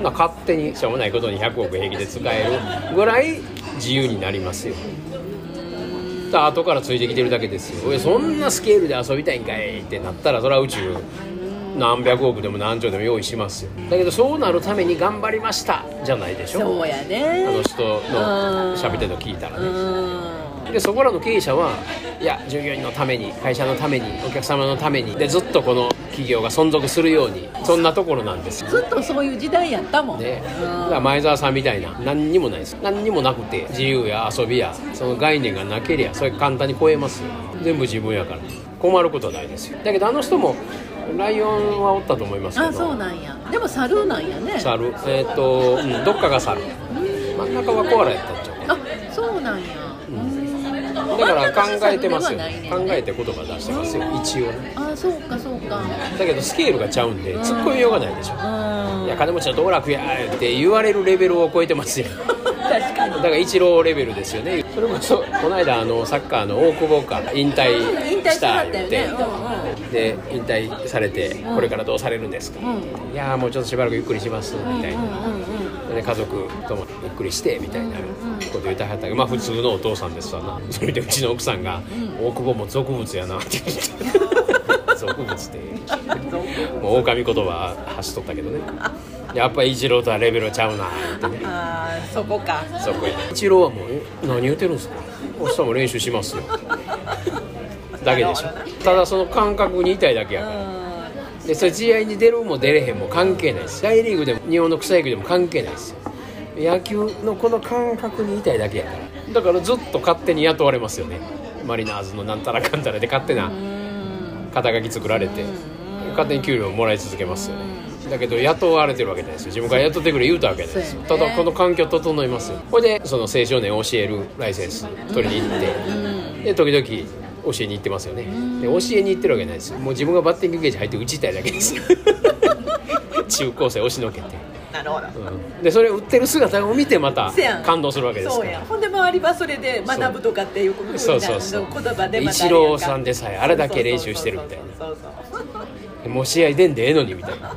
な勝手にしょうもないことに100億平気で使えるぐらい自由になりますよ。後からついてきてるだけですよ。そんなスケールで遊びたいんかいってなったら、それは宇宙何百億でも何兆でも用意しますよ。だけどそうなるために頑張りましたじゃないでしょ。 そうやね、 あの人の喋ってるの聞いたらね。でそこらの経営者はいや従業員のために、会社のために、お客様のためにでずっとこの企業が存続するように、そんなところなんですよ。 ずっとそういう時代やったもんね、だから前澤さんみたいな何にもないです。何にもなくて自由や遊びやその概念がなければそれ簡単に超えますよ。全部自分やから困ることはないですよ。だけどあの人もライオンはおったと思いますけど。 あ、そうなんや。でも猿なんやね。 猿、どっかが猿、真ん中はコアラやったんちゃう。 あ、そうなんや。 だから考えてますよ、ね、考えて言葉出してますよ一応ね。 あ、そうかそうか。 だけどスケールがちゃうんで突っ込みようがないでしょ。いや金持ちの道楽やって言われるレベルを超えてますよ確かに。 だからイチローレベルですよね。それこそこの間サッカーの大久保か引退した言って、で引退されてこれからどうされるんですか、いやもうちょっとしばらくゆっくりしますみたいな、で家族ともゆっくりしてみたいなこと言ってはったけど、まあ普通のお父さんですわな。それでうちの奥さんが大久保も俗物やなって言って俗物ってもう狼言葉発しとったけどね。やっぱりイチローとはレベルちゃうなってね。 あ、そこか。 そこや。イチローはもう何言ってるんですか。おっさんも練習しますよだけでしょ。ただその感覚にいたいだけやから。でそれ試合に出るも出れへんも関係ないです。大リーグでも日本の草野球でも関係ないですよ。野球のこの感覚にいたいだけやから。だからずっと勝手に雇われますよね。マリナーズのなんたらかんたらで勝手な肩書き作られて勝手に給料をもらい続けますよね。だけど雇われてるわけじゃないですよ。自分から雇ってくれ言うたわけですよ、ね、ただこの環境整いますよ。これでその青少年を教えるライセンス取りに行ってで時々教えに行ってますよね。で教えに行ってるわけないですよ。もう自分がバッティングゲージ入って打ちたいだけですよ中高生押しのけて。 なるほど、 でそれを売ってる姿を見てまた感動するわけですから。 そうや。ほんで周りはそれで学ぶとかっていう言葉でイチローさんでさえあれだけ練習してるみたいな。もう試合出んでええのにみたいな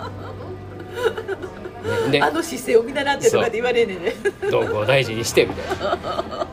であの姿勢を見習ってとかって言われんねんね。 道具を大事にしてみたいな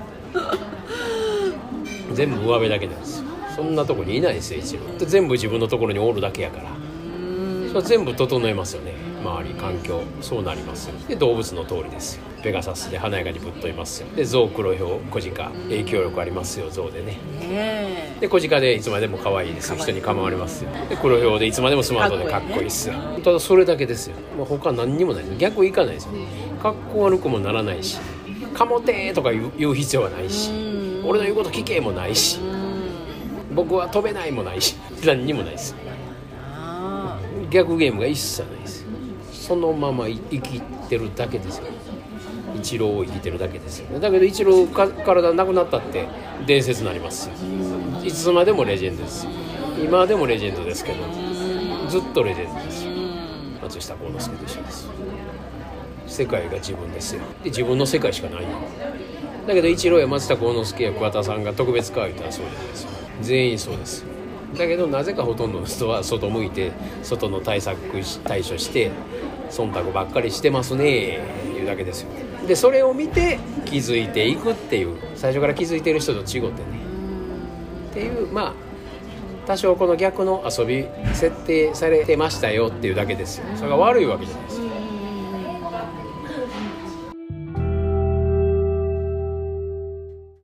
全部上辺だけなんですよ。そんなとこにいないですよ一応。全部自分のところにおるだけやから。それ全部整えますよね。周り環境そうなりますよ。で動物の通りですよ。ペガサスで華やかにぶっといますよ。で象黒ヒョウ小鹿影響力ありますよ象でね。で小鹿でいつまでも可愛いですよ。人に構われますよ。で黒ヒョウでいつまでもスマートでかっこいいですよ。ただそれだけですよ。もう他何にもないです。逆いかないですよ。かっこ悪くもならないしかもてーとか言う必要はないし俺の言うこと聞けもないし僕は飛べないもないし何にもないです。逆ゲームが一切ないです。そのまま生きてるだけですよ。イチローを生きてるだけですよ。だけどイチロー体なくなったって伝説になりますよ。いつまでもレジェンドですよ。今でもレジェンドですけどずっとレジェンドですよ。松下幸之助と一緒です。世界が自分ですよ。で自分の世界しかないよ。だけどイチローや松下幸之助や桑田さんが特別か言ったらそうじゃないですよ。全員そうですよ。だけどなぜかほとんどの人は外向いて外の対処して忖度ばっかりしてますねいうだけですよ。でそれを見て気づいていくっていう最初から気づいてる人と違ってねっていうまあ多少この逆の遊び設定されてましたよっていうだけですよ。それが悪いわけじゃないですよ。